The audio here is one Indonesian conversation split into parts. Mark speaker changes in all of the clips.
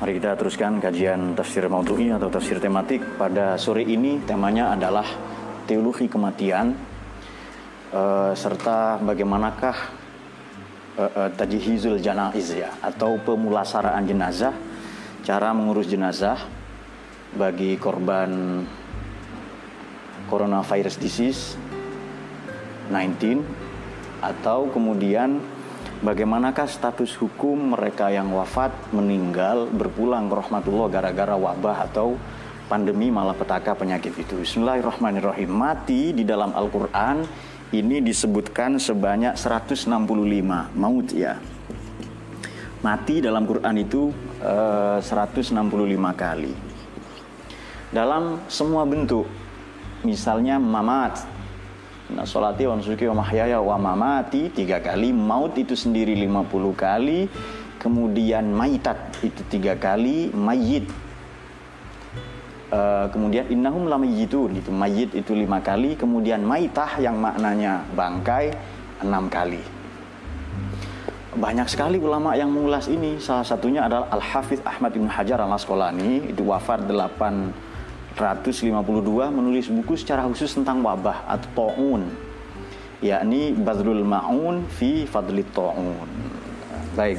Speaker 1: Mari kita teruskan kajian tafsir maudhu'i atau tafsir tematik. Pada sore ini temanya adalah teologi kematian, serta bagaimanakah tajhizul janaiz ya, atau pemulasaraan jenazah, cara mengurus jenazah bagi korban coronavirus disease 19, atau kemudian bagaimanakah status hukum mereka yang wafat, meninggal, berpulang ke rahmatullah gara-gara wabah atau pandemi malapetaka penyakit itu. Bismillahirrahmanirrahim. Mati di dalam Al-Quran ini disebutkan sebanyak 165 maut ya. Mati dalam Quran itu 165 kali. Dalam semua bentuk. Misalnya mamat, nah, sholati wa nusuki wa mahyaya wa mamati 3 kali, maut itu sendiri 50 kali, kemudian maitat itu 3 kali, mayit, kemudian innahum lamayyitun itu mayit itu 5 kali, kemudian maitah yang maknanya bangkai 6 kali. Banyak sekali ulama yang mengulas ini. Salah satunya adalah Al-Hafidz Ahmad bin Hajar Al-Asqalani, itu wafat 852, menulis buku secara khusus tentang wabah atau ta'un, yakni Badrul Ma'un fi Fadlit Ta'un. Baik.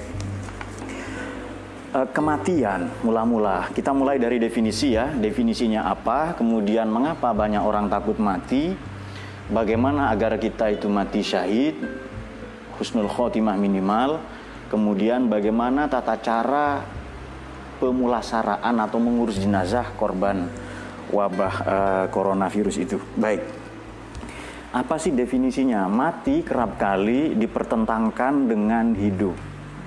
Speaker 1: Kematian, mula-mula kita mulai dari definisi ya. Definisinya apa, kemudian mengapa banyak orang takut mati, bagaimana agar kita itu mati syahid, husnul khotimah minimal, kemudian bagaimana tata cara pemulasaraan atau mengurus jenazah korban wabah coronavirus itu. Baik. Apa sih definisinya? Mati kerap kali dipertentangkan dengan hidup.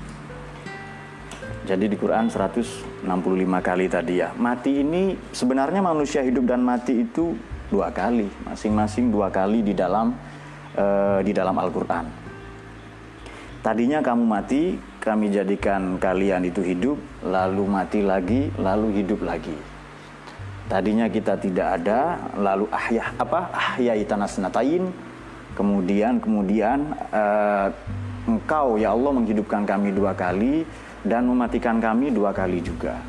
Speaker 1: Jadi di Quran 165 kali tadi ya. Mati ini sebenarnya manusia hidup dan mati itu 2 kali, masing-masing 2 kali di dalam Al-Quran. Tadinya kamu mati, kami jadikan kalian itu hidup, lalu mati lagi, lalu hidup lagi. Tadinya kita tidak ada, lalu ahyai tanasnatain, kemudian engkau ya Allah menghidupkan kami 2 kali dan mematikan kami 2 kali juga.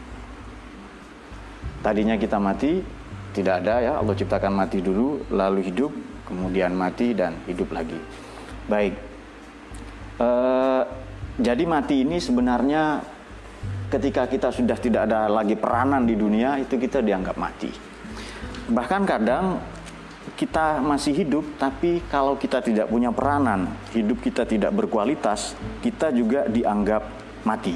Speaker 1: Tadinya kita mati, tidak ada ya, Allah ciptakan mati dulu, lalu hidup, kemudian mati dan hidup lagi. Baik. Jadi mati ini sebenarnya ketika kita sudah tidak ada lagi peranan di dunia, itu kita dianggap mati. Bahkan kadang kita masih hidup, tapi kalau kita tidak punya peranan, hidup kita tidak berkualitas, kita juga dianggap mati.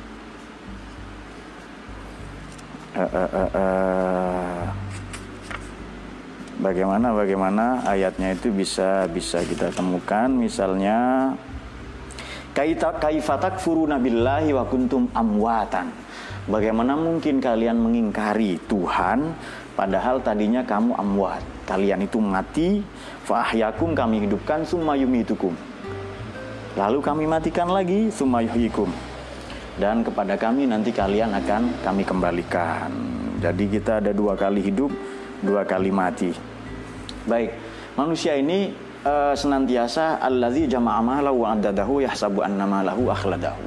Speaker 1: Bagaimana ayatnya itu bisa kita temukan. Misalnya kaifa takfuruna billahi wa kuntum amwatan. Bagaimana mungkin kalian mengingkari Tuhan padahal tadinya kamu amwat, kalian itu mati, fa ahyakum, kami hidupkan, summa yumitukum, lalu kami matikan lagi, summa yuhyikum, dan kepada kami nanti kalian akan kami kembalikan. Jadi kita ada 2 kali hidup, 2 kali mati. Baik, manusia ini senantiasa allazi jama'a malahu wa addadahu yahsabu annama lahu akhladahu.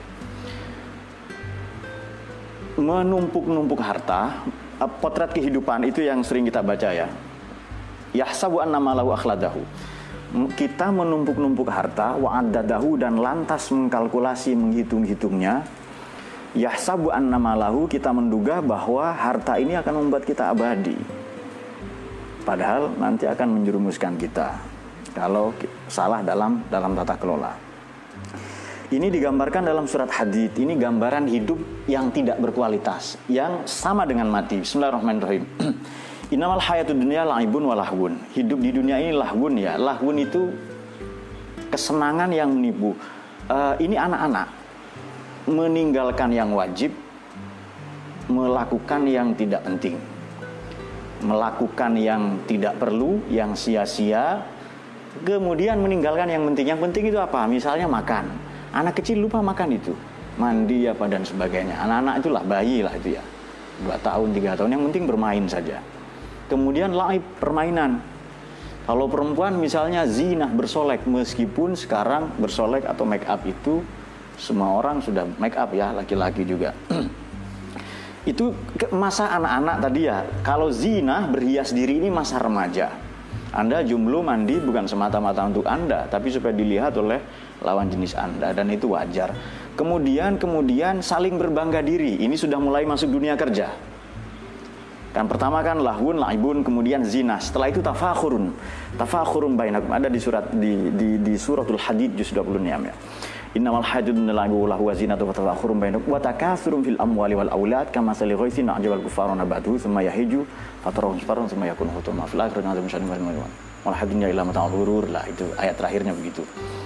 Speaker 1: Menumpuk-numpuk harta, potret kehidupan itu yang sering kita baca ya. Yahsabu annama lahu akhladahu. Kita menumpuk-numpuk harta, wa addadahu, dan lantas mengkalkulasi, menghitung-hitungnya. Yahsabu annama lahu, kita menduga bahwa harta ini akan membuat kita abadi. Padahal nanti akan menjerumuskan kita kalau salah dalam tata kelola. Ini digambarkan dalam surat Hadid. Ini gambaran hidup yang tidak berkualitas, yang sama dengan mati. Bismillahirrahmanirrahim. Innamal hayatud dunya la'ibun wa lahwun. Hidup di dunia ini lahwun ya. Lahwun itu kesenangan yang menipu. Ini anak-anak meninggalkan yang wajib, melakukan yang tidak penting, melakukan yang tidak perlu, yang sia-sia, kemudian meninggalkan yang penting. Yang penting itu apa? Misalnya makan. Anak kecil lupa makan itu, mandi apa dan sebagainya. Anak-anak itulah, bayi lah itu ya, 2 tahun, 3 tahun, yang penting bermain saja. Kemudian laib, permainan. Kalau perempuan misalnya zinah, bersolek, meskipun sekarang bersolek atau make up itu semua orang sudah make up ya, laki-laki juga. Itu masa anak-anak tadi ya. Kalau zina berhias diri ini masa remaja. Anda jomblo mandi bukan semata-mata untuk Anda, tapi supaya dilihat oleh lawan jenis Anda, dan itu wajar. Kemudian saling berbangga diri. Ini sudah mulai masuk dunia kerja. Kan pertama kan lahun, laibun, kemudian zina. Setelah itu tafakhurun bainakum. Ada di suratul Hadid juz 26 ya. Innamal hajjun minal lahu wa zinatu wa tafakhurun bainakum wa takatsurun fil amwali wal aulad kamathali ghaisin a'jabal kuffara nabatuhu thumma yahiju fatarahu musfarran thumma yakunu hutama fil akhirati azabun syadidun wal hadunya ila mata'ul ghurur. Lah itu ayat terakhirnya begitu.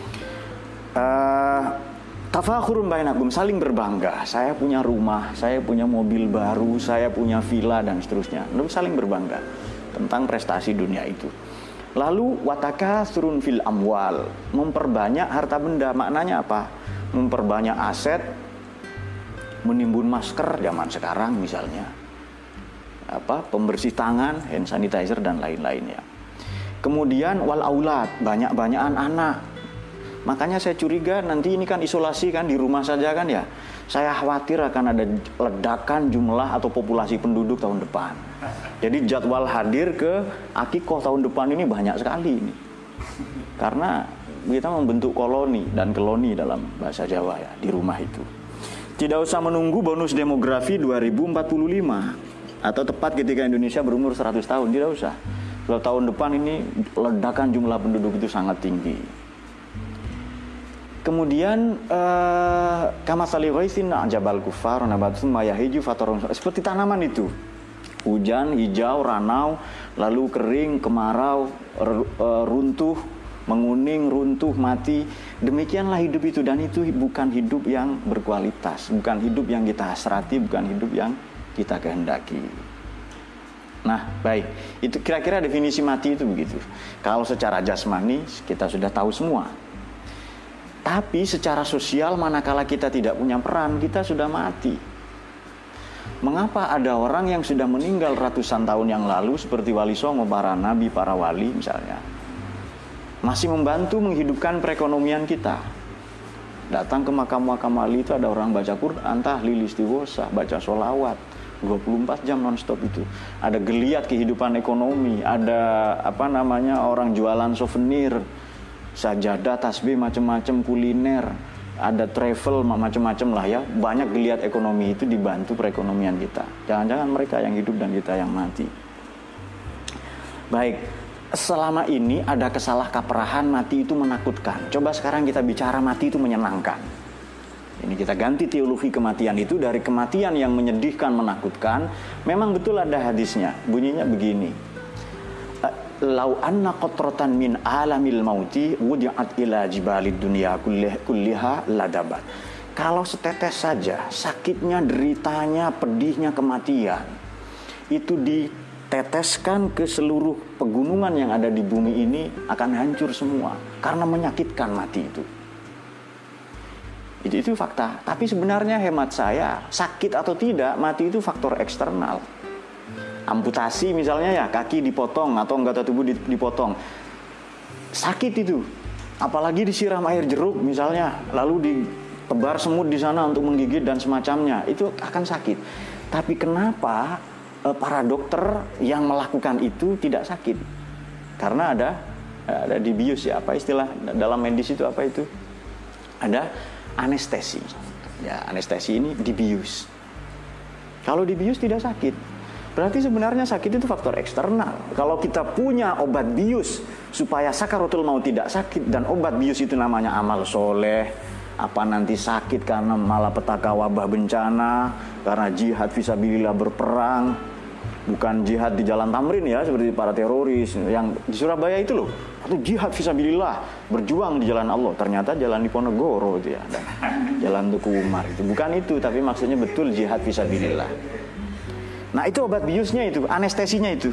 Speaker 1: Tafakhurun bainakum, saling berbangga. Saya punya rumah, saya punya mobil baru, saya punya villa dan seterusnya. Lalu saling berbangga tentang prestasi dunia itu. Lalu watakasurun fil amwal, memperbanyak harta benda. Maknanya apa? Memperbanyak aset, menimbun masker zaman sekarang misalnya, pembersih tangan, hand sanitizer dan lain-lainnya. Kemudian wal aulad, banyak-banyakan anak. Makanya saya curiga nanti ini kan isolasi kan di rumah saja kan ya. Saya khawatir akan ada ledakan jumlah atau populasi penduduk tahun depan. Jadi jadwal hadir ke Akikoh tahun depan ini banyak sekali ini. Karena kita membentuk koloni dan keloni dalam bahasa Jawa ya di rumah itu. Tidak usah menunggu bonus demografi 2045 atau tepat ketika Indonesia berumur 100 tahun, tidak usah. Sebab tahun depan ini ledakan jumlah penduduk itu sangat tinggi. Kemudian kamatsali ghaisin a'jabal kuffar nabatu mayahiju fatarun, seperti tanaman itu. Hujan, hijau, ranau, lalu kering, kemarau, runtuh, menguning, runtuh, mati. Demikianlah hidup itu, dan itu bukan hidup yang berkualitas, bukan hidup yang kita hasrati, bukan hidup yang kita kehendaki. Nah, baik. Itu kira-kira definisi mati itu begitu. Kalau secara jasmani kita sudah tahu semua. Tapi secara sosial manakala kita tidak punya peran, kita sudah mati. Mengapa ada orang yang sudah meninggal ratusan tahun yang lalu seperti Wali Songo, para nabi, para wali misalnya, masih membantu menghidupkan perekonomian kita. Datang ke makam-makam wali itu ada orang baca Quran, tahlil, istighosa, baca sholawat 24 jam non-stop itu. Ada geliat kehidupan ekonomi, ada orang jualan souvenir, sajadah, tasbih, macam-macam, kuliner, ada travel, macam-macam lah ya. Banyak geliat ekonomi itu dibantu perekonomian kita. Jangan-jangan mereka yang hidup dan kita yang mati. Baik, selama ini ada kesalah kaprahan mati itu menakutkan. Coba sekarang kita bicara mati itu menyenangkan. Ini kita ganti teologi kematian itu dari kematian yang menyedihkan, menakutkan. Memang betul ada hadisnya, bunyinya begini. Lau anna qatratan min alamil mauti wudi'at ila jibalid dunya kulliha ladabat. Kalau setetes saja sakitnya, deritanya, pedihnya kematian itu diteteskan ke seluruh pegunungan yang ada di bumi ini, akan hancur semua karena menyakitkan mati itu. Itu fakta. Tapi sebenarnya hemat saya, sakit atau tidak, mati itu faktor eksternal. Amputasi misalnya ya, kaki dipotong atau anggota tubuh dipotong, sakit itu. Apalagi disiram air jeruk misalnya, lalu ditebar semut di sana untuk menggigit dan semacamnya, itu akan sakit. Tapi kenapa para dokter yang melakukan itu tidak sakit? Karena ada dibius ya, apa istilah dalam medis itu apa itu? Ada anestesi. Ya, anestesi ini dibius. Kalau dibius tidak sakit. Berarti sebenarnya sakit itu faktor eksternal. Kalau kita punya obat bius supaya sakaratul maut tidak sakit, dan obat bius itu namanya amal soleh, nanti sakit karena malapetaka wabah bencana, karena jihad fisabilillah berperang, bukan jihad di jalan Tamrin ya seperti para teroris yang di Surabaya itu loh. Itu jihad fisabilillah, berjuang di jalan Allah. Ternyata jalan Diponegoro itu ya, dan jalan Tuku Umar itu. Bukan itu, tapi maksudnya betul jihad fisabilillah. Nah itu obat biusnya itu, anestesinya itu.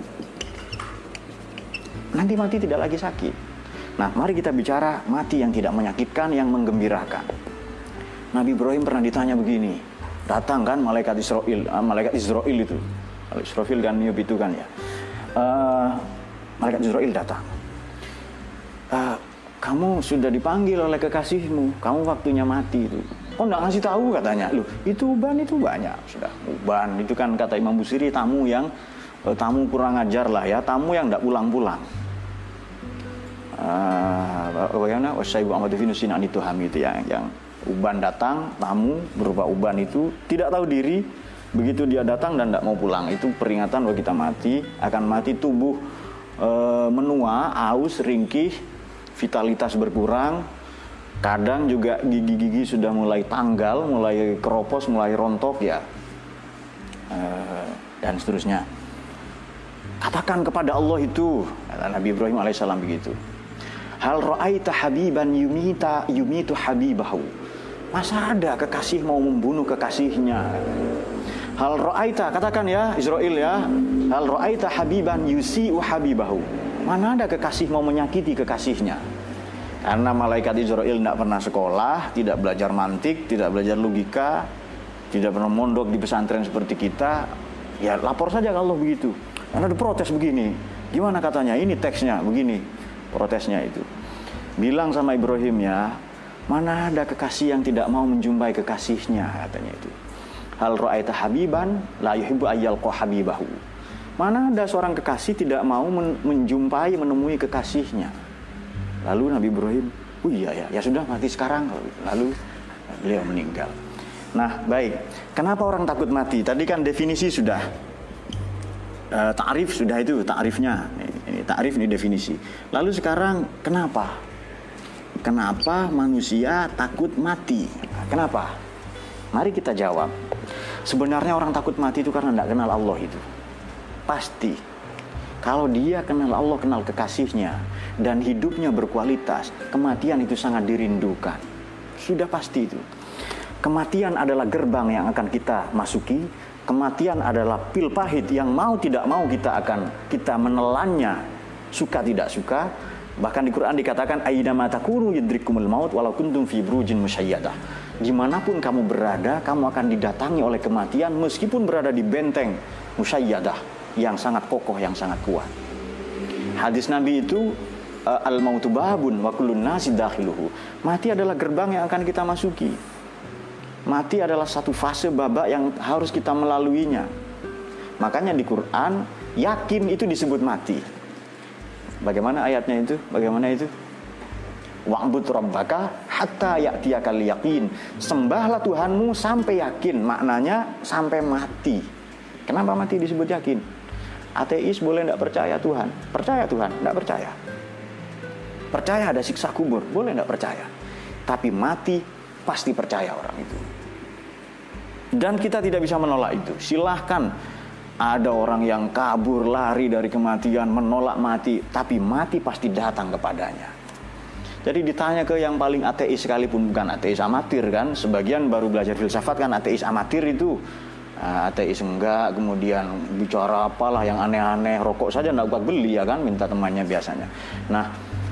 Speaker 1: Nanti mati tidak lagi sakit. Nah mari kita bicara mati yang tidak menyakitkan, yang menggembirakan. Nabi Ibrahim pernah ditanya begini. Datang kan malaikat Israel itu. Israfil kan niup itu kan ya. Malaikat Israel datang. Kamu sudah dipanggil oleh kekasihmu, kamu waktunya mati itu. Oh, nggak ngasih tahu katanya. Loh, itu uban itu banyak sudah. Uban itu kan kata Imam Busiri tamu kurang ajar lah ya, tamu yang nggak pulang-pulang. Bagaimana wasaibu amadu finusin anituham itu ya, yang uban datang, tamu berupa uban itu tidak tahu diri, begitu dia datang dan tidak mau pulang, itu peringatan bahwa kita akan mati, tubuh menua, aus, ringkih, vitalitas berkurang, kadang juga gigi-gigi sudah mulai tanggal, mulai keropos, mulai rontok ya, dan seterusnya. Katakan kepada Allah itu, kata Nabi Ibrahim alaihissalam begitu. Hal ra'aita habiban yumitu habibahu. Masa ada kekasih mau membunuh kekasihnya? Hal ra'aita, katakan ya Israel ya, hal ra'aita habiban yusi'u habibahu. Mana ada kekasih mau menyakiti kekasihnya? Karena malaikat Israel tidak pernah sekolah, tidak belajar mantik, tidak belajar logika, tidak pernah mondok di pesantren seperti kita, ya lapor saja kalau begitu. Karena ada protes begini, gimana katanya? Ini teksnya begini. Protesnya itu bilang sama Ibrahim ya, mana ada kekasih yang tidak mau menjumpai kekasihnya, katanya itu. Hal ra'aita habiban la yuhibbu ayyalqa habibahu. Mana ada seorang kekasih tidak mau menemui kekasihnya. Lalu Nabi Ibrahim, oh iya ya sudah mati sekarang. Lalu beliau meninggal. Nah baik, kenapa orang takut mati? Tadi kan definisi sudah, ta'rif sudah, itu ta'rifnya. Ini ta'rif, ini definisi. Lalu sekarang kenapa manusia takut mati? Kenapa? Mari kita jawab. Sebenarnya orang takut mati itu karena tidak kenal Allah itu. Pasti. Kalau dia kenal Allah, kenal kekasihnya, dan hidupnya berkualitas, kematian itu sangat dirindukan. Sudah pasti itu. Kematian adalah gerbang yang akan kita masuki. Kematian adalah pil pahit yang mau tidak mau kita menelannya, suka tidak suka. Bahkan di Quran dikatakan ayyama takunu yudrikumul maut walau kuntum fi burujin musyayyadah. Dimanapun kamu berada, kamu akan didatangi oleh kematian meskipun berada di benteng musyayyadah yang sangat kokoh, yang sangat kuat. Hadis Nabi itu al-mautu babun wa kullun nasi dakhiluhu. Mati adalah gerbang yang akan kita masuki. Mati adalah satu fase babak yang harus kita melaluinya. Makanya di Quran yakin itu disebut mati. Bagaimana ayatnya itu? Bagaimana itu? Wa'bud rabbaka hatta ya'tiyakal yaqin. Sembahlah Tuhanmu sampai yakin. Maknanya sampai mati. Kenapa mati disebut yakin? Ateis boleh tidak percaya Tuhan? Percaya Tuhan? Tidak percaya. Percaya ada siksa kubur? Boleh tidak percaya. Tapi mati pasti percaya orang itu. Dan kita tidak bisa menolak itu. Silahkan ada orang yang kabur, lari dari kematian, menolak mati, tapi mati pasti datang kepadanya. Jadi ditanya ke yang paling ateis sekalipun, bukan ateis amatir kan, sebagian baru belajar filsafat kan ateis amatir itu. Ateis enggak, kemudian bicara apalah yang aneh-aneh, rokok saja enggak buat beli ya kan, minta temannya biasanya. Nah,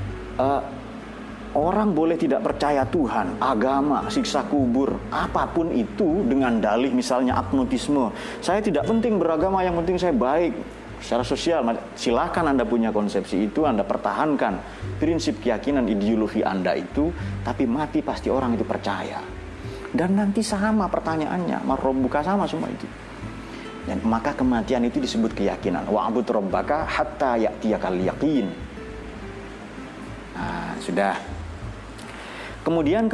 Speaker 1: orang boleh tidak percaya Tuhan, agama, siksa kubur, apapun itu dengan dalih misalnya agnotisme. Saya tidak penting beragama, yang penting saya baik secara sosial. Silakan Anda punya konsepsi itu, Anda pertahankan prinsip keyakinan ideologi Anda itu, tapi mati pasti orang itu percaya. Dan nanti sama pertanyaannya, marrabbuka, sama semua itu. Dan maka kematian itu disebut keyakinan. Wa'bud rabbaka hatta ya'tiyakal yaqin. Nah, sudah. Kemudian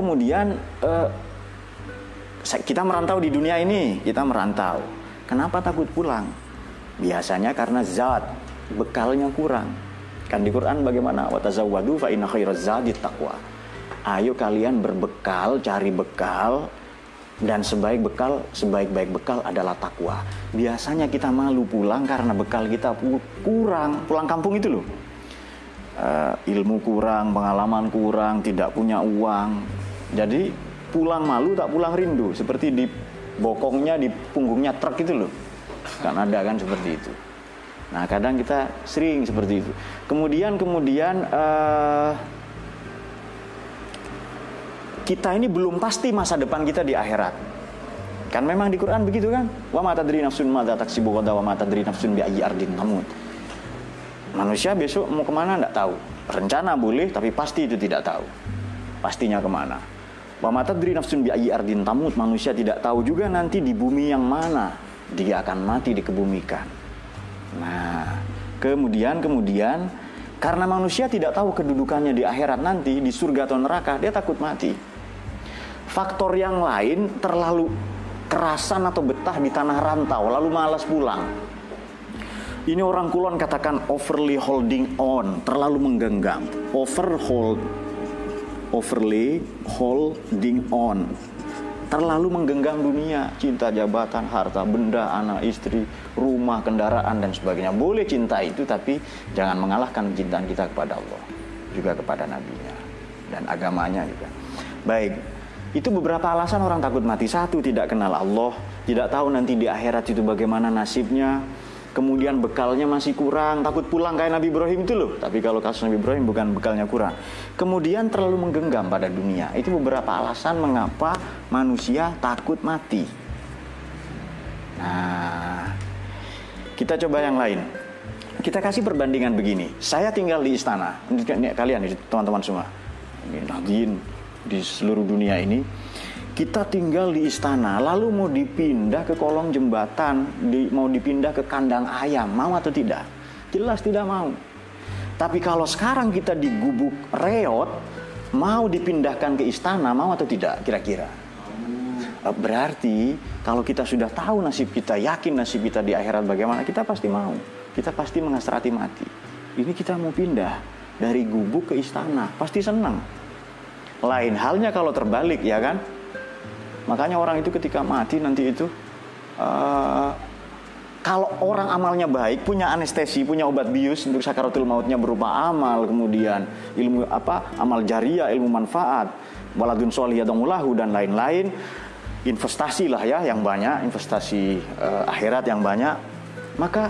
Speaker 1: kita merantau di dunia ini, kita merantau. Kenapa takut pulang? Biasanya karena zat, bekalnya kurang. Kan di Quran bagaimana? Wa tazawwadu fa inna khairaz zadit taqwa. Ayo kalian berbekal, cari bekal, dan sebaik-baik bekal adalah takwa. Biasanya kita malu pulang karena bekal kita kurang. Pulang kampung itu loh. Ilmu kurang, pengalaman kurang, tidak punya uang. Jadi pulang malu tak pulang rindu. Seperti di bokongnya, di punggungnya truk itu loh. Kan ada kan seperti itu. Nah kadang kita sering seperti itu. Kemudian kita ini belum pasti masa depan kita di akhirat. Kan memang di Quran begitu kan? Wa ma tadri nafsun madza taksibu ghadan wa ma tadri nafsun bi ayyi ardin tamut. Manusia besok mau kemana tidak tahu. Rencana boleh, tapi pasti itu tidak tahu. Pastinya kemana. Wa ma tadri nafsun bi ayyi ardin tamut, manusia tidak tahu juga nanti di bumi yang mana dia akan mati dikebumikan. Nah, kemudian karena manusia tidak tahu kedudukannya di akhirat nanti, di surga atau neraka, dia takut mati. Faktor yang lain, terlalu kerasan atau betah di tanah rantau, lalu malas pulang. Ini orang Kulon katakan overly holding on, terlalu menggenggam. Overly holding on, terlalu menggenggam dunia, cinta, jabatan, harta, benda, anak, istri, rumah, kendaraan, dan sebagainya. Boleh cinta itu, tapi jangan mengalahkan cintaan kita kepada Allah, juga kepada Nabi-Nya, dan agamanya juga. Baik, itu beberapa alasan orang takut mati. Satu, tidak kenal Allah, tidak tahu nanti di akhirat itu bagaimana nasibnya. Kemudian bekalnya masih kurang, takut pulang kayak Nabi Ibrahim itu loh. Tapi kalau kasus Nabi Ibrahim bukan bekalnya kurang. Kemudian terlalu menggenggam pada dunia. Itu beberapa alasan mengapa manusia takut mati. Nah, kita coba yang lain. Kita kasih perbandingan begini. Saya tinggal di istana. Ini kalian, teman-teman semua. Nahdien di seluruh dunia ini. Kita tinggal di istana, lalu mau dipindah ke kolong jembatan, mau dipindah ke kandang ayam, mau atau tidak? Jelas tidak mau. Tapi kalau sekarang kita di gubuk reot, mau dipindahkan ke istana, mau atau tidak kira-kira? Berarti kalau kita sudah tahu nasib kita, yakin nasib kita di akhirat bagaimana, kita pasti mau. Kita pasti menghasrati mati. Ini kita mau pindah dari gubuk ke istana, pasti senang. Lain halnya kalau terbalik, ya kan? Makanya orang itu ketika mati nanti itu, kalau orang amalnya baik, punya anestesi, punya obat bius untuk sakaratul mautnya berupa amal, kemudian ilmu amal jariah, ilmu manfaat, waladun sholih yad'ulahu dan lain-lain, investasi lah ya yang banyak, investasi akhirat yang banyak, maka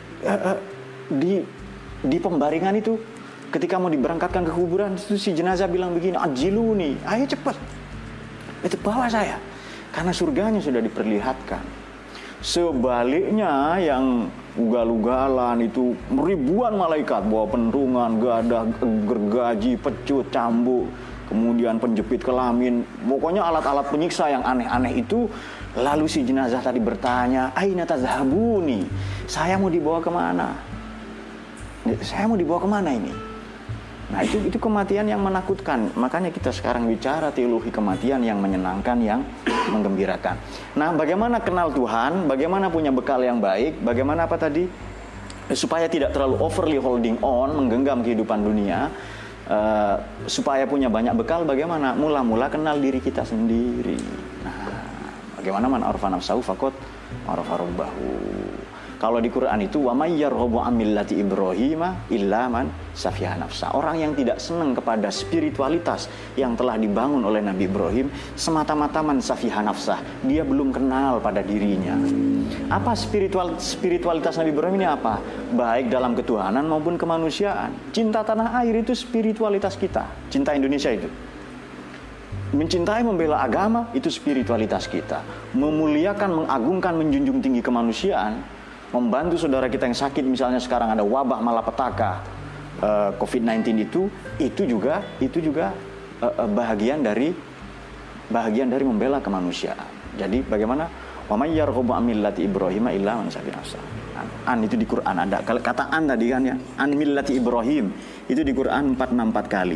Speaker 1: di pembaringan itu, ketika mau diberangkatkan ke kuburan, itu si jenazah bilang begini, ajiluni, ayo cepat. Itu bawa saya, karena surganya sudah diperlihatkan. Sebaliknya yang ugal-ugalan itu ribuan malaikat bawa pentungan, gadah, gergaji, pecut, cambuk, kemudian penjepit kelamin, pokoknya alat-alat penyiksa yang aneh-aneh itu. Lalu si jenazah tadi bertanya, aina tazhabuni, saya mau dibawa kemana? Saya mau dibawa kemana ini? Nah itu kematian yang menakutkan. Makanya kita sekarang bicara teologi kematian yang menyenangkan, yang menggembirakan. Nah bagaimana kenal Tuhan, bagaimana punya bekal yang baik, bagaimana apa tadi, supaya tidak terlalu overly holding on, menggenggam kehidupan dunia, supaya punya banyak bekal, bagaimana? Mula-mula kenal diri kita sendiri. Nah bagaimana man arfa nafsahu faqad arafa rabbahu. Kalau di Quran itu wa may yarghabu an millati Ibrahim illa man safiha nafsa. Orang yang tidak senang kepada spiritualitas yang telah dibangun oleh Nabi Ibrahim semata-mata man safiha nafsa. Dia belum kenal pada dirinya. Apa spiritualitas Nabi Ibrahim ini apa? Baik dalam ketuhanan maupun kemanusiaan. Cinta tanah air itu spiritualitas kita. Cinta Indonesia itu. Mencintai, membela agama itu spiritualitas kita. Memuliakan, mengagungkan, menjunjung tinggi kemanusiaan, membantu saudara kita yang sakit, misalnya sekarang ada wabah malapetaka COVID-19 itu juga bahagian dari membela kemanusiaan. Jadi bagaimana? Wa may yarghabu an millati Ibrahim illa man safiha nafsa. An itu di Quran ada. Kalau kata an tadi kan ya, an millati Ibrahim itu di Quran 464 kali.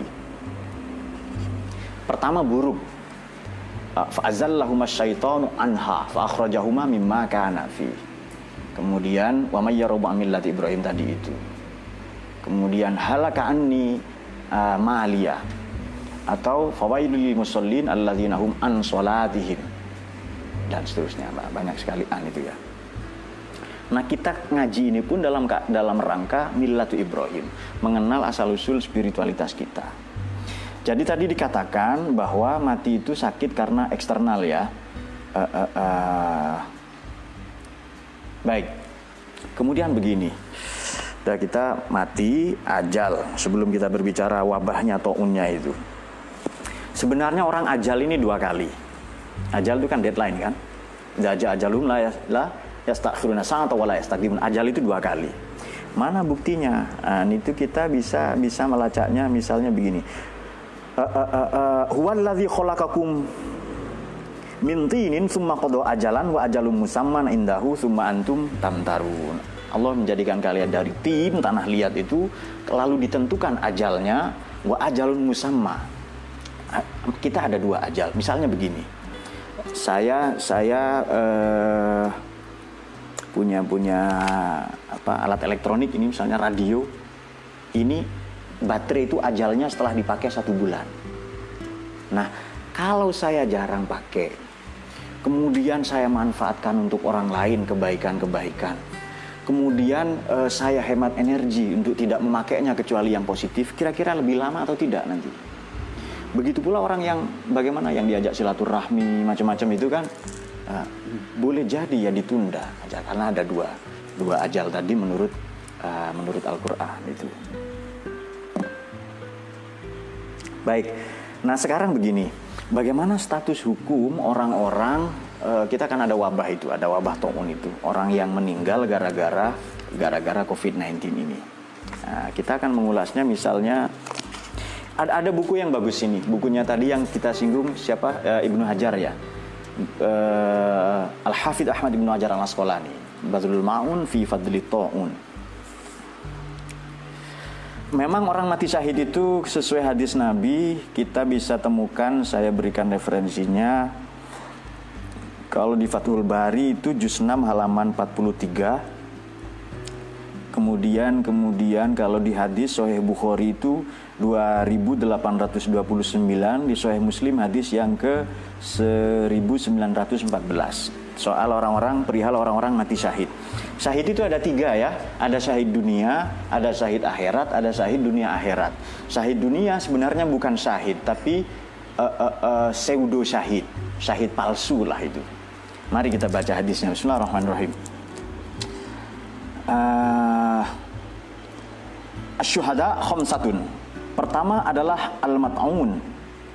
Speaker 1: Pertama buruk. Fa azallahuma syaitanu anha fa akhrajahuma mimma kana fi. Kemudian wa may yarghabu an millati Ibrahim tadi itu. Kemudian halaka anni maliya, atau fawailul lil musallin alladzina hum an salatihim, dan seterusnya. Banyak sekali an itu ya. Nah kita ngaji ini pun dalam rangka millatu Ibrahim, mengenal asal usul spiritualitas kita. Jadi tadi dikatakan bahwa mati itu sakit karena eksternal ya. Baik, kemudian begini, kita mati, ajal. Sebelum kita berbicara wabahnya atau unnya itu, sebenarnya orang ajal ini 2 kali. Ajal itu kan deadline kan. Ajalum la yastakhiruna sa'ata wa la yastaqdimun. Ajal itu 2 kali. Mana buktinya? Itu kita bisa melacaknya misalnya begini. huwallazi khalaqakum min tinin summa qada ajalan wa ajalum musamman indahu summa antum tamtarun. Allah menjadikan kalian dari tin, tanah liat itu, lalu ditentukan ajalnya, wa ajalun musamma. Kita ada 2 ajal. Misalnya begini, saya punya alat elektronik ini, misalnya radio. Ini baterai itu ajalnya setelah dipakai 1 bulan. Nah, kalau saya jarang pakai, kemudian saya manfaatkan untuk orang lain kebaikan-kebaikan, kemudian saya hemat energi untuk tidak memakainya kecuali yang positif, kira-kira lebih lama atau tidak nanti? Begitu pula orang yang bagaimana yang diajak silaturahmi macam-macam itu kan, boleh jadi ya ditunda aja, karena ada dua ajal tadi menurut Al-Quran itu. Baik, nah sekarang begini, bagaimana status hukum orang-orang, kita kan ada wabah itu, ada wabah taun itu, orang yang meninggal gara-gara COVID-19 ini. Nah, kita akan mengulasnya, misalnya ada buku yang bagus ini, bukunya tadi yang kita singgung siapa, Ibnu Hajar ya, Al-Hafidh Ahmad Ibnu Hajar Al-Asqalani, Badrul Ma'un fi Fadli Ta'un. Memang orang mati syahid itu sesuai hadis Nabi, kita bisa temukan, saya berikan referensinya. Kalau di Fathul Bari itu juz 6 halaman 43. Kemudian kalau di hadis Sahih Bukhari itu 2829, di Sahih Muslim hadis yang ke 1914. Soal perihal orang-orang mati syahid. Syahid itu ada 3 ya, ada syahid dunia, ada syahid akhirat, ada syahid dunia akhirat. Syahid dunia sebenarnya bukan syahid, tapi pseudo syahid, syahid palsu lah itu. Mari kita baca hadisnya. Bismillahirrahmanirrahim. Asyuhada khamsatun. Pertama adalah al-mat'un.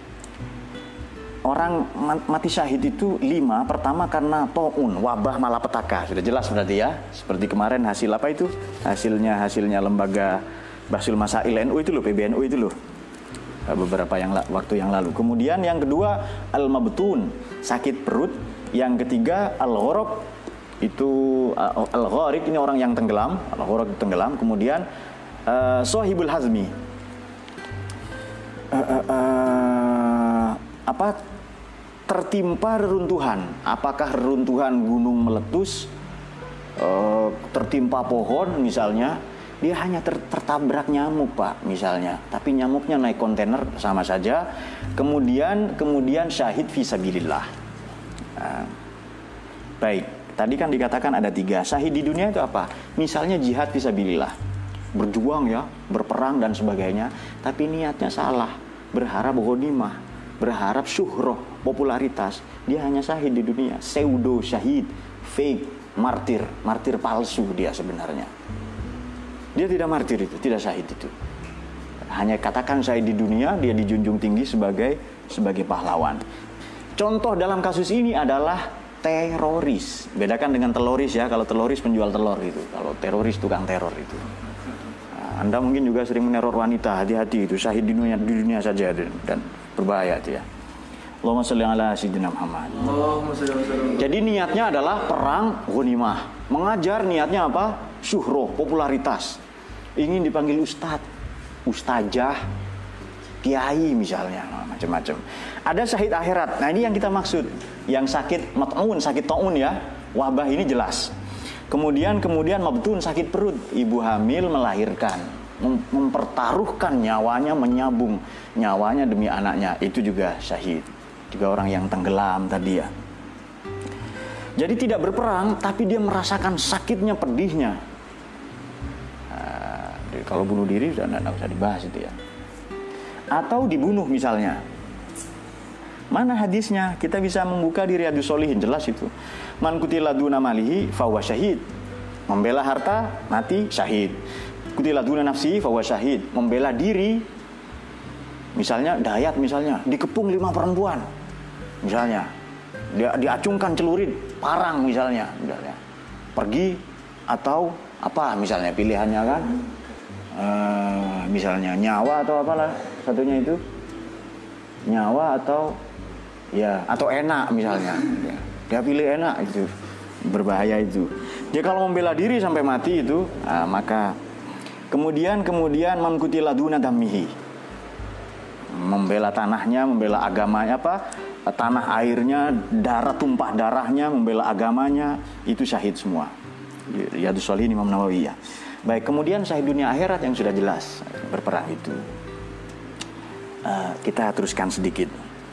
Speaker 1: Orang mati syahid itu 5. Pertama karena ta'un, wabah malapetaka. Sudah jelas berarti ya. Seperti kemarin hasil apa itu? Hasilnya lembaga Bahsul Masail NU itu loh, PBNU itu loh. Beberapa waktu yang lalu. Kemudian yang kedua al-mabtun, sakit perut. Yang ketiga al-ghorab, itu al-gharib ini orang yang tenggelam, al-ghorab tenggelam. Kemudian sahibul hazmi, tertimpa reruntuhan. Apakah reruntuhan gunung meletus, tertimpa pohon misalnya, dia hanya tertabrak nyamuk Pak misalnya, tapi nyamuknya naik kontainer sama saja. Kemudian syahid fisabilillah. Baik, tadi kan dikatakan ada 3. Syahid di dunia itu apa? Misalnya jihad fisabilillah, berjuang ya, berperang dan sebagainya, tapi niatnya salah, berharap ghanimah, berharap syuhroh, popularitas. Dia hanya syahid di dunia, pseudo syahid, fake, martir palsu dia sebenarnya. Dia tidak martir itu, tidak syahid itu. Hanya katakan syahid di dunia, dia dijunjung tinggi sebagai pahlawan. Contoh dalam kasus ini adalah teroris. Bedakan dengan teroris ya, kalau teroris penjual telur itu, kalau teroris tukang teror itu. Nah, Anda mungkin juga sering meneror wanita, hati-hati itu, syahid di dunia saja dan berbahaya itu ya. Allahumma sholli ala sayyidina Muhammad. Jadi niatnya adalah perang ghanimah. Mengajar niatnya apa? Syuhroh, popularitas. Ingin dipanggil ustazah, kiai misalnya, macam-macam. Ada syahid akhirat. Nah, ini yang kita maksud. Yang sakit mat'un, sakit ta'un ya. Wabah ini jelas. Kemudian mabtun, sakit perut. Ibu hamil melahirkan, mempertaruhkan nyawanya, menyabung nyawanya demi anaknya, itu juga syahid. Juga orang yang tenggelam tadi ya. Jadi tidak berperang, tapi dia merasakan sakitnya, pedihnya. Kalau bunuh diri sudah tidak usah dibahas itu ya. Atau dibunuh misalnya. Mana hadisnya? Kita bisa membuka di Riyadhus Shalihin, jelas itu. Man qutila duna malihi fahuwa syahid. Membela harta, mati syahid. Qutila duna nafsi fahuwa syahid. Membela diri, misalnya dayat misalnya, dikepung 5 perempuan. Misalnya, dia diacungkan celurit, parang misalnya. Pergi atau apa misalnya pilihannya kan? Misalnya nyawa atau apalah satunya itu. nyawa atau enak misalnya. Dia pilih enak, itu berbahaya itu. Dia kalau membela diri sampai mati itu, maka kemudian mengkutila duna damihi, membela tanahnya, membela agamanya, tanah airnya, tumpah darahnya, membela agamanya, itu syahid semua. Riyadhus Shalihin Imam Nawawi ya. Baik, kemudian syahid dunia akhirat yang sudah jelas berperang itu. Kita teruskan sedikit.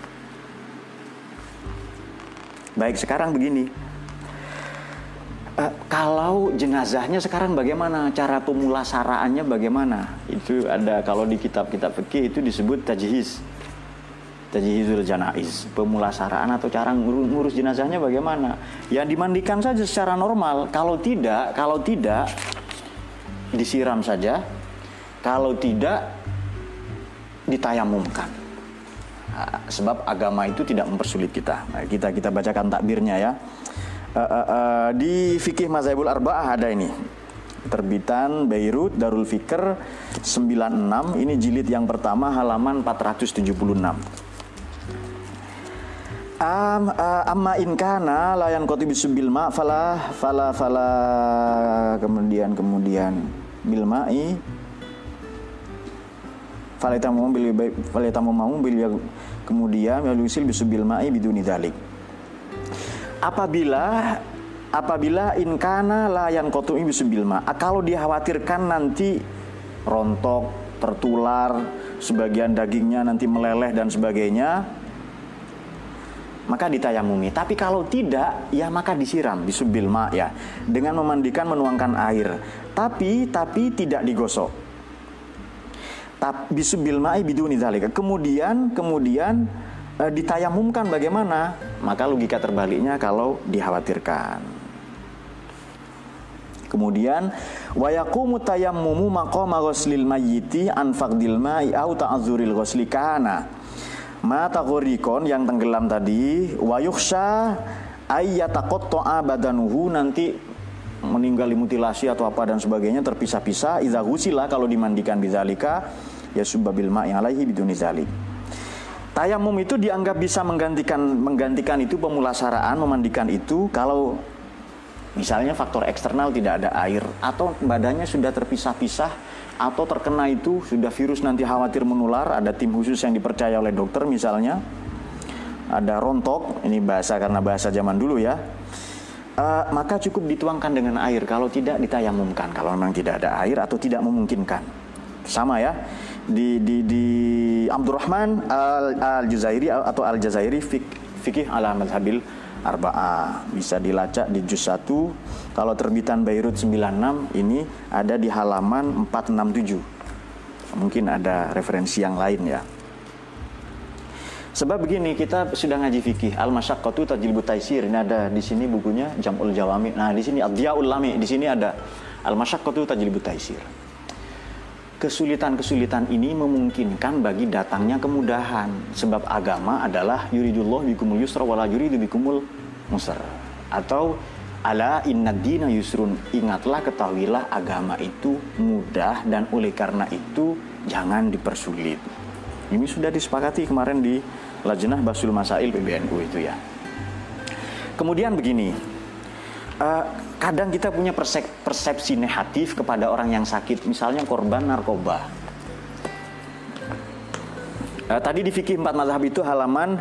Speaker 1: Baik, sekarang begini. Kalau jenazahnya sekarang bagaimana? Cara pemulasaraannya bagaimana? Itu ada, kalau di kitab-kitab fikih itu disebut tajhizul janaiz, pemulasaraan atau cara ngurus jenazahnya bagaimana? Ya dimandikan saja secara normal. Kalau tidak disiram saja. Kalau tidak ditayamumkan. Sebab agama itu tidak mempersulit kita. Nah, kita bacakan takbirnya ya. Di Fikih Mazhabul Arba'ah ada ini. Terbitan Beirut Darul Fikr 96, ini jilid yang pertama halaman 476. Amma in kana la yanqati bisubil ma fala kemudian bil ma'i falitamu bil kemudian yalusil bisubil ma'i biduni dzalik. Apabila inkana layan kotu'i bisubilma, kalau dikhawatirkan nanti rontok, tertular, sebagian dagingnya nanti meleleh dan sebagainya, maka ditayamumi. Tapi kalau tidak, ya maka disiram bisubilma ya, dengan memandikan, menuangkan air. Tapi tidak digosok. Bisubilma'i biduni dzalika. Kemudian ditayamumkan bagaimana? Maka logika terbaliknya kalau dikhawatirkan. Kemudian wa yaqumu tayammumu maqama ghuslil mayyiti an faqdil ma'i au ta'azzuril ghusli kana ma taghriqon yang tenggelam tadi wa yukhsha ay yataqatta'a badanuhu, nanti meninggal dimutilasi atau apa dan sebagainya, terpisah-pisah. Idza ghusila, kalau dimandikan bidzalika ya subbabil ma'i alaihi biduni dzalik. Tayamum itu dianggap bisa menggantikan itu pemulasaraan, memandikan itu kalau misalnya faktor eksternal tidak ada air, atau badannya sudah terpisah-pisah, atau terkena itu sudah virus nanti khawatir menular, ada tim khusus yang dipercaya oleh dokter misalnya, ada rontok, ini karena bahasa zaman dulu ya, maka cukup dituangkan dengan air, kalau tidak ditayamumkan, kalau memang tidak ada air atau tidak memungkinkan. Sama ya. Di Abdurrahman Al-Jazairi atau Al-Jazairi Fikih ala Mazhabil Arba'ah, bisa dilacak di juz 1. Kalau terbitan Beirut 96 ini ada di halaman 467. Mungkin ada referensi yang lain ya. Sebab begini, kita sudah ngaji fikih Al-Masyaqqatu Tajlibut Taisir, ini ada di sini bukunya Jam'ul Jawami. Nah, di sini Ad-Diyaul Lami, di sini ada Al-Masyaqqatu Tajlibut Taisir. Kesulitan-kesulitan ini memungkinkan bagi datangnya kemudahan. Sebab agama adalah yuridullah bikumul yusra wala yuridu bikumul musra. Atau ala innad dina yusrun. Ingatlah, ketahuilah agama itu mudah, dan oleh karena itu jangan dipersulit. Ini sudah disepakati kemarin di Lajnah Basul Masail PBNU itu ya. Kemudian begini, kadang kita punya persepsi negatif kepada orang yang sakit, misalnya korban narkoba. Tadi di fikih 4 mazhab itu halaman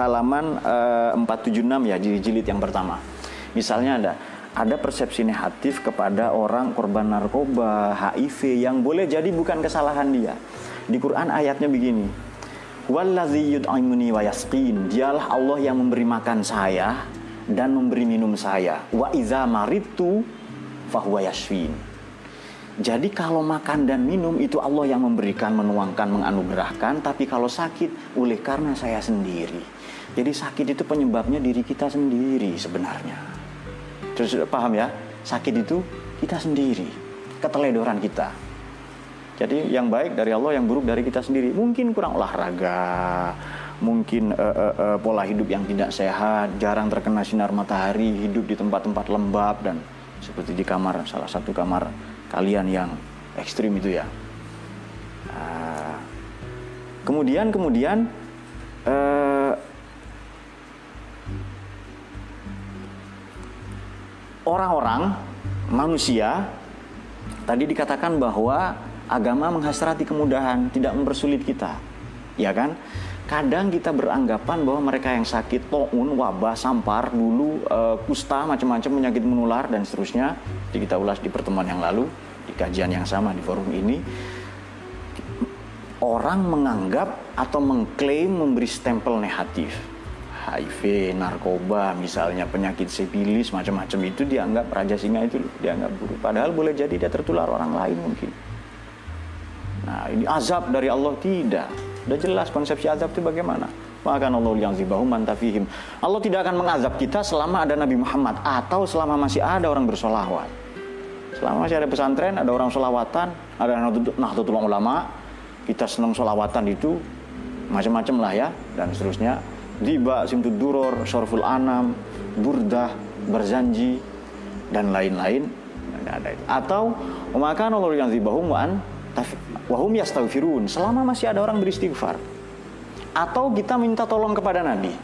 Speaker 1: 476 ya, jilid yang pertama. Misalnya ada persepsi negatif kepada orang korban narkoba, HIV, yang boleh jadi bukan kesalahan dia. Di Quran ayatnya begini, wallazi yud'imuni wa yasqin, dialah Allah yang memberi makan saya dan memberi minum saya. Wa iza maritu fahuwa yashfin. Jadi kalau makan dan minum itu Allah yang memberikan, menuangkan, menganugerahkan. Tapi kalau sakit oleh karena saya sendiri. Jadi sakit itu penyebabnya diri kita sendiri sebenarnya. Terus paham ya? Sakit itu kita sendiri, keteledoran kita. Jadi yang baik dari Allah, yang buruk dari kita sendiri. Mungkin kurang olahraga, mungkin pola hidup yang tidak sehat, jarang terkena sinar matahari, hidup di tempat-tempat lembab, dan seperti di kamar, salah satu kamar kalian yang ekstrim itu ya. Kemudian orang-orang manusia tadi dikatakan bahwa agama menghasrati kemudahan, tidak mempersulit kita, ya kan? Kadang kita beranggapan bahwa mereka yang sakit taun, wabah, sampar, dulu kusta, macam-macam penyakit menular dan seterusnya, kita ulas di pertemuan yang lalu, di kajian yang sama di forum ini. Orang menganggap atau mengklaim memberi stempel negatif. HIV, narkoba, misalnya penyakit sifilis, macam-macam itu dianggap raja singa itu dianggap buruk. Padahal boleh jadi dia tertular orang lain mungkin. Nah, ini azab dari Allah, tidak. Sudah jelas konsepsi azab itu bagaimana. Maka Allah yang zibahum mantafihim. Allah tidak akan mengazab kita selama ada Nabi Muhammad atau selama masih ada orang bersolawat. Selama masih ada pesantren, ada orang solawatan, ada Nahdlatul Ulama, kita senang solawatan itu macam-macam lah ya, dan seterusnya. Diba, Simtud Duror, Syarful Anam, Burdah, Barzanji, dan lain-lain. Ada itu. Atau maka Allah yang zibahum wahum yastaghfirun, selama masih ada orang beristighfar. Atau kita minta tolong kepada Nabi.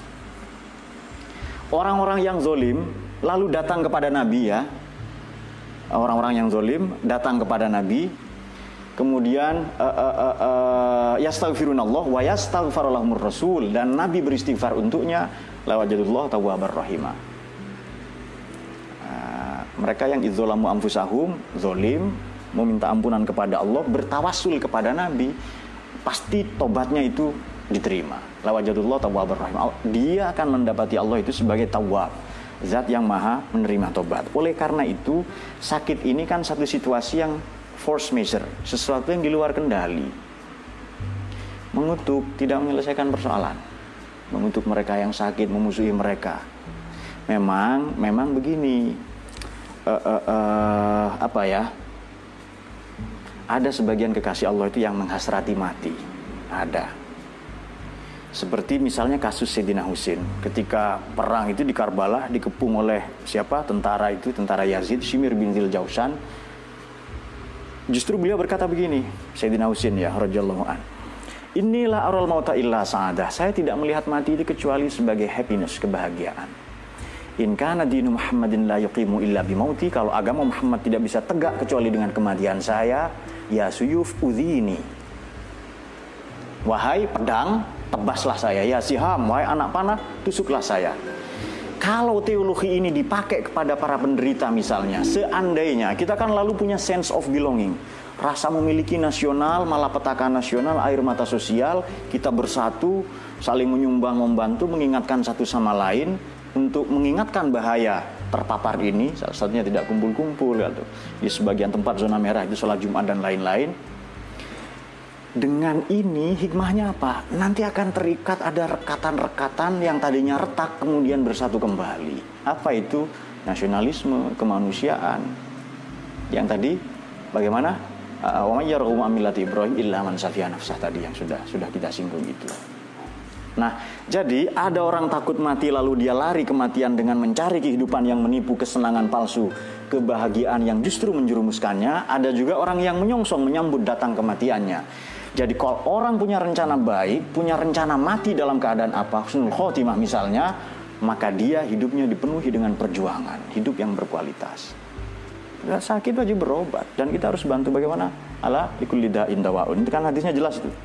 Speaker 1: Orang-orang yang zolim lalu datang kepada Nabi ya. Orang-orang yang zolim datang kepada Nabi, kemudian yastaghfirunallah wa yastaghfarulahumur rasul, dan Nabi beristighfar untuknya, lawajadullah tawwabar rahimah. Mereka yang idzolamu anfusahum, zolim, meminta ampunan kepada Allah, bertawassul kepada Nabi, pasti tobatnya itu diterima. Lawajadullah tawwabar rahimah. Dia akan mendapati Allah itu sebagai tawwab, zat yang maha menerima tobat. Oleh karena itu, sakit ini kan satu situasi yang force measure, sesuatu yang di luar kendali. Mengutuk tidak menyelesaikan persoalan. Mengutuk mereka yang sakit, memusuhi mereka. Memang begini. Ada sebagian kekasih Allah itu yang menghasrati mati. Ada. Seperti misalnya kasus Sayyidina Husain. Ketika perang itu di Karbala dikepung oleh siapa? Tentara itu, tentara Yazid, Shimir bin Dzil Jausan. Justru beliau berkata begini, Sayyidina Husain ya, radhiyallahu an. Inilah aral mauta illa sa'adah. Saya tidak melihat mati itu kecuali sebagai happiness, kebahagiaan. In kana dinu Muhammadin la yuqimu illa bimauti. Kalau agama Muhammad tidak bisa tegak kecuali dengan kematian saya, ya suyuf udhini. Wahai pedang, tebaslah saya. Ya siham, wahai anak panah, tusuklah saya. Kalau teologi ini dipakai kepada para penderita misalnya, seandainya kita kan lalu punya sense of belonging, rasa memiliki nasional, malapetaka nasional, air mata sosial, kita bersatu, saling menyumbang, membantu, mengingatkan satu sama lain untuk mengingatkan bahaya terpapar ini, salah satunya tidak kumpul-kumpul gitu. Di sebagian tempat zona merah itu sholat Jumat dan lain-lain. Dengan ini hikmahnya apa? Nanti akan terikat ada rekatan-rekatan yang tadinya retak kemudian bersatu kembali. Apa itu? Nasionalisme, kemanusiaan. Yang tadi bagaimana? Wa may yarghabu an millati Ibrahim illa man safiha nafsah, tadi yang sudah kita singgung itu. Nah, jadi ada orang takut mati lalu dia lari kematian dengan mencari kehidupan yang menipu, kesenangan palsu, kebahagiaan yang justru menjerumuskannya. Ada juga orang yang menyongsong menyambut datang kematiannya. Jadi kalau orang punya rencana baik, punya rencana mati dalam keadaan apa, husnul khotimah misalnya, maka dia hidupnya dipenuhi dengan perjuangan, hidup yang berkualitas. Nggak sakit wajib berobat, dan kita harus bantu bagaimana? Ala likulli da'in dawaun. Itu kan hadisnya jelas itu.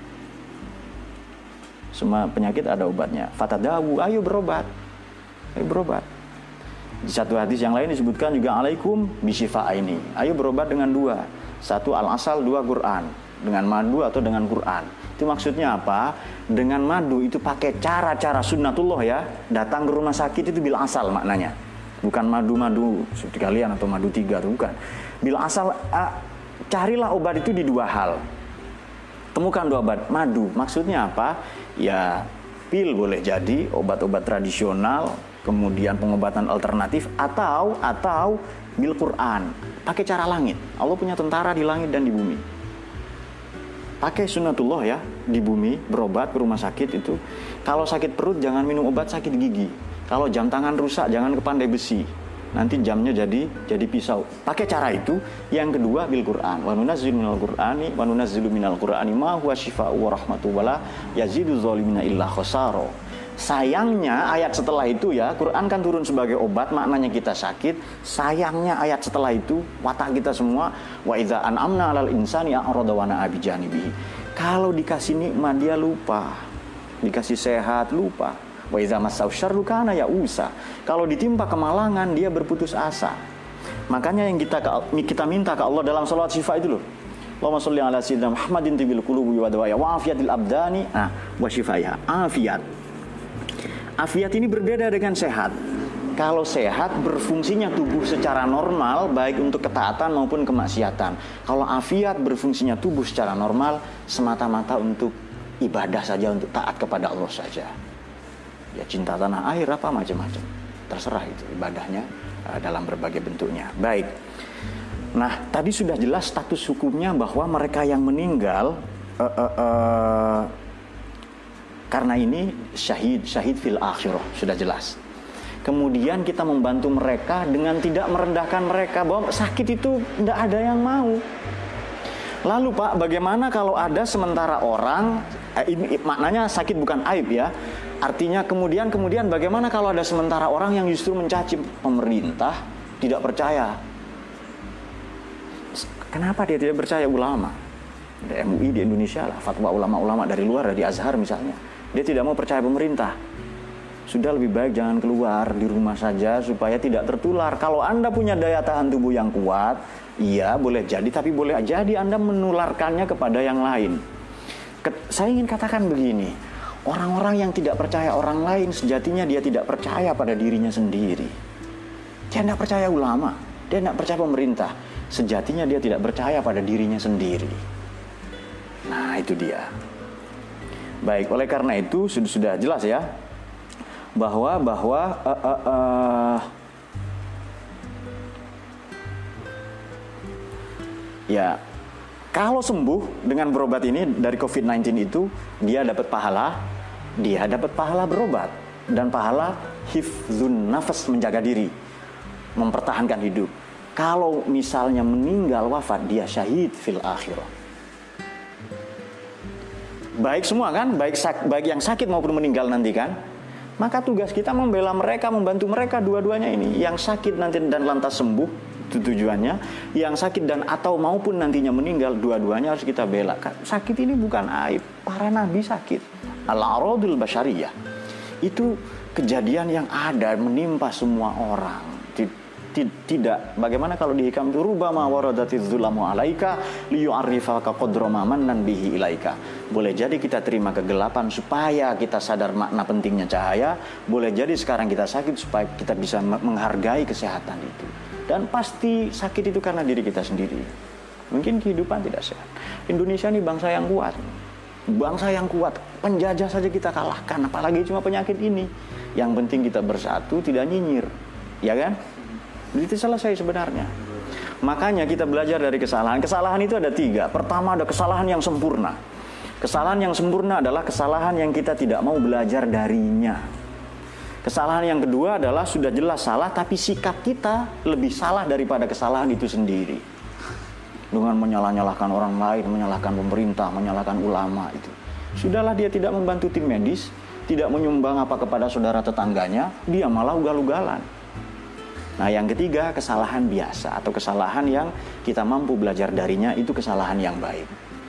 Speaker 1: Semua penyakit ada obatnya. Fatadawu, ayo berobat. Ayo berobat. Di satu hadis yang lain disebutkan juga alaikum bisyifa ini. Ayo berobat dengan dua. Satu al-asal, dua Quran. Dengan madu atau dengan Quran. Itu maksudnya apa? Dengan madu itu pakai cara-cara sunnatullah ya. Datang ke rumah sakit itu bil asal maknanya. Bukan madu-madu seperti kalian atau madu 3, bukan. Bil asal, carilah obat itu di dua hal. Temukan dua obat. Madu, maksudnya apa? Ya, pil boleh jadi, obat-obat tradisional, kemudian pengobatan alternatif, atau bil Quran. Pakai cara langit. Allah punya tentara di langit dan di bumi. Pakai sunnatullah ya, di bumi, berobat ke rumah sakit itu. Kalau sakit perut jangan minum obat sakit gigi. Kalau jam tangan rusak jangan ke pandai besi. Nanti jamnya jadi pisau. Pakai cara itu. Yang kedua bil Quran. Wa nunazzilu minal Qur'ani ma huwa syifaa'u wa rahmatu wa la yazidu zalimina illa khasara. Sayangnya ayat setelah itu ya, Quran kan turun sebagai obat, maknanya kita sakit. Sayangnya ayat setelah itu, watak kita semua, wa idza an'amna 'alal insani a'rada wa na'a bijanibihi. Kalau dikasih nikmat dia lupa, dikasih sehat lupa. Wa idza massau syarru kana ya'usa. Kalau ditimpa kemalangan dia berputus asa. Makanya yang kita minta ke Allah dalam salawat syifa itu loh. Allahumma sholli ala sayyidina Muhammadin tibil qulubi wa dawaya wa afiyatil abdani wa syifaiha. Afiat. Afiat ini berbeda dengan sehat. Kalau sehat berfungsinya tubuh secara normal, baik untuk ketaatan maupun kemaksiatan. Kalau afiat berfungsinya tubuh secara normal, semata-mata untuk ibadah saja, untuk taat kepada Allah saja. Ya cinta tanah air apa macam-macam, terserah itu ibadahnya dalam berbagai bentuknya. Baik. Nah, tadi sudah jelas status hukumnya bahwa mereka yang meninggal karena ini syahid fil akhirah, sudah jelas. Kemudian kita membantu mereka dengan tidak merendahkan mereka, bahwa sakit itu tidak ada yang mau. Lalu Pak, bagaimana kalau ada sementara orang, ini maknanya sakit bukan aib ya. Artinya kemudian bagaimana kalau ada sementara orang yang justru mencaci pemerintah, tidak percaya. Kenapa dia tidak percaya ulama? Ada MUI di Indonesia lah, fatwa ulama-ulama dari luar, dari Azhar misalnya. Dia tidak mau percaya pemerintah. Sudah lebih baik jangan keluar, di rumah saja supaya tidak tertular. Kalau Anda punya daya tahan tubuh yang kuat, iya boleh jadi, tapi boleh jadi Anda menularkannya kepada yang lain. Saya ingin katakan begini, orang-orang yang tidak percaya orang lain, sejatinya dia tidak percaya pada dirinya sendiri. Dia tidak percaya ulama, dia tidak percaya pemerintah. Sejatinya dia tidak percaya pada dirinya sendiri. Nah itu dia. Baik, oleh karena itu sudah jelas ya bahwa ya kalau sembuh dengan berobat ini dari COVID-19 itu dia dapat pahala berobat dan pahala hifdzun nafas, menjaga diri, mempertahankan hidup. Kalau misalnya meninggal wafat, dia syahid fil akhirah. Baik semua kan, baik yang sakit maupun meninggal nanti kan. Maka tugas kita membela mereka, membantu mereka dua-duanya ini. Yang sakit nanti dan lantas sembuh, itu tujuannya. Yang sakit dan atau maupun nantinya meninggal, dua-duanya harus kita bela. Sakit ini bukan aib, para nabi sakit. Al-aradul basyariyah. Itu kejadian yang ada menimpa semua orang. Tidak, bagaimana kalau di hikam itu rubama waradatiz zulamu alaika liyu'arrifaka qadra ma mannan bihi ilaika. Boleh jadi kita terima kegelapan supaya kita sadar makna pentingnya cahaya. Boleh jadi sekarang kita sakit supaya kita bisa menghargai kesehatan itu. Dan pasti sakit itu karena diri kita sendiri. Mungkin kehidupan tidak sehat. Indonesia ini bangsa yang kuat. Bangsa yang kuat, penjajah saja kita kalahkan, apalagi cuma penyakit ini. Yang penting kita bersatu, tidak nyinyir. Ya kan? Itu selesai sebenarnya. Makanya kita belajar dari kesalahan. Kesalahan itu ada 3. Pertama ada kesalahan yang sempurna. Kesalahan yang sempurna adalah kesalahan yang kita tidak mau belajar darinya. Kesalahan yang kedua adalah sudah jelas salah, tapi sikap kita lebih salah daripada kesalahan itu sendiri. Dengan menyalah-nyalahkan orang lain, menyalahkan pemerintah, menyalahkan ulama itu. Sudahlah dia tidak membantu tim medis, tidak menyumbang apa kepada saudara tetangganya, dia malah ugal-ugalan. Nah yang ketiga kesalahan biasa atau kesalahan yang kita mampu belajar darinya, itu kesalahan yang baik.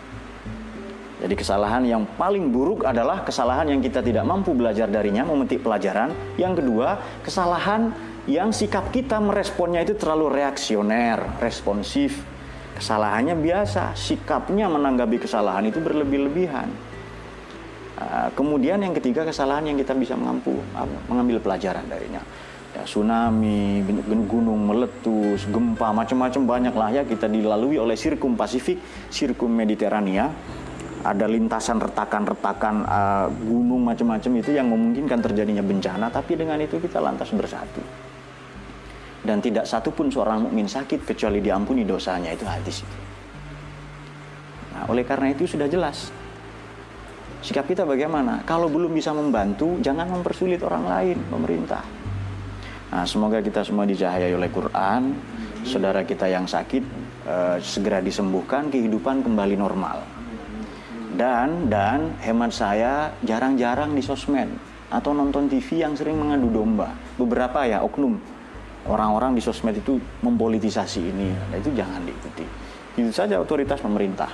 Speaker 1: Jadi kesalahan yang paling buruk adalah kesalahan yang kita tidak mampu belajar darinya, memetik pelajaran. Yang kedua, kesalahan yang sikap kita meresponnya itu terlalu reaksioner, responsif. Kesalahannya biasa, sikapnya menanggapi kesalahan itu berlebih-lebihan. Kemudian yang ketiga, kesalahan yang kita bisa mengambil pelajaran darinya. Ya, tsunami, gunung meletus, gempa, macam-macam banyak lah ya kita dilalui oleh sirkum Pasifik, sirkum Mediterania. Ada lintasan retakan-retakan gunung macam-macam itu yang memungkinkan terjadinya bencana, tapi dengan itu kita lantas bersatu. Dan tidak satu pun seorang mukmin sakit kecuali diampuni dosanya, itu hadis itu. Nah, oleh karena itu sudah jelas. Sikap kita bagaimana? Kalau belum bisa membantu, jangan mempersulit orang lain, pemerintah. Nah, semoga kita semua dicahayai oleh Quran. Saudara kita yang sakit segera disembuhkan, kehidupan kembali normal. Dan hemat saya, jarang-jarang di sosmed atau nonton TV yang sering mengadu domba. Beberapa ya oknum orang-orang di sosmed itu mempolitisasi ini, nah, itu jangan diikuti. Itu saja otoritas pemerintah.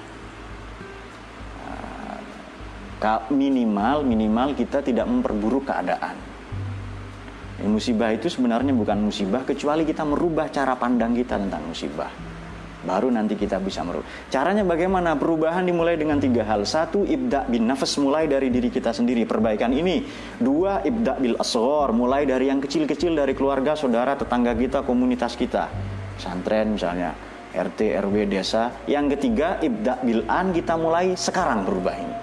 Speaker 1: Minimal kita tidak memperburuk keadaan. Musibah itu sebenarnya bukan musibah kecuali kita merubah cara pandang kita tentang musibah. Baru nanti kita bisa merubah. Caranya bagaimana? Perubahan dimulai dengan 3 hal. 1, ibda bin nafas, mulai dari diri kita sendiri, perbaikan ini. 2, ibda bil asghar, mulai dari yang kecil-kecil, dari keluarga, saudara, tetangga kita, komunitas kita, pesantren misalnya, RT, RW, desa. Yang ketiga, ibda bil an, kita mulai sekarang berubah ini.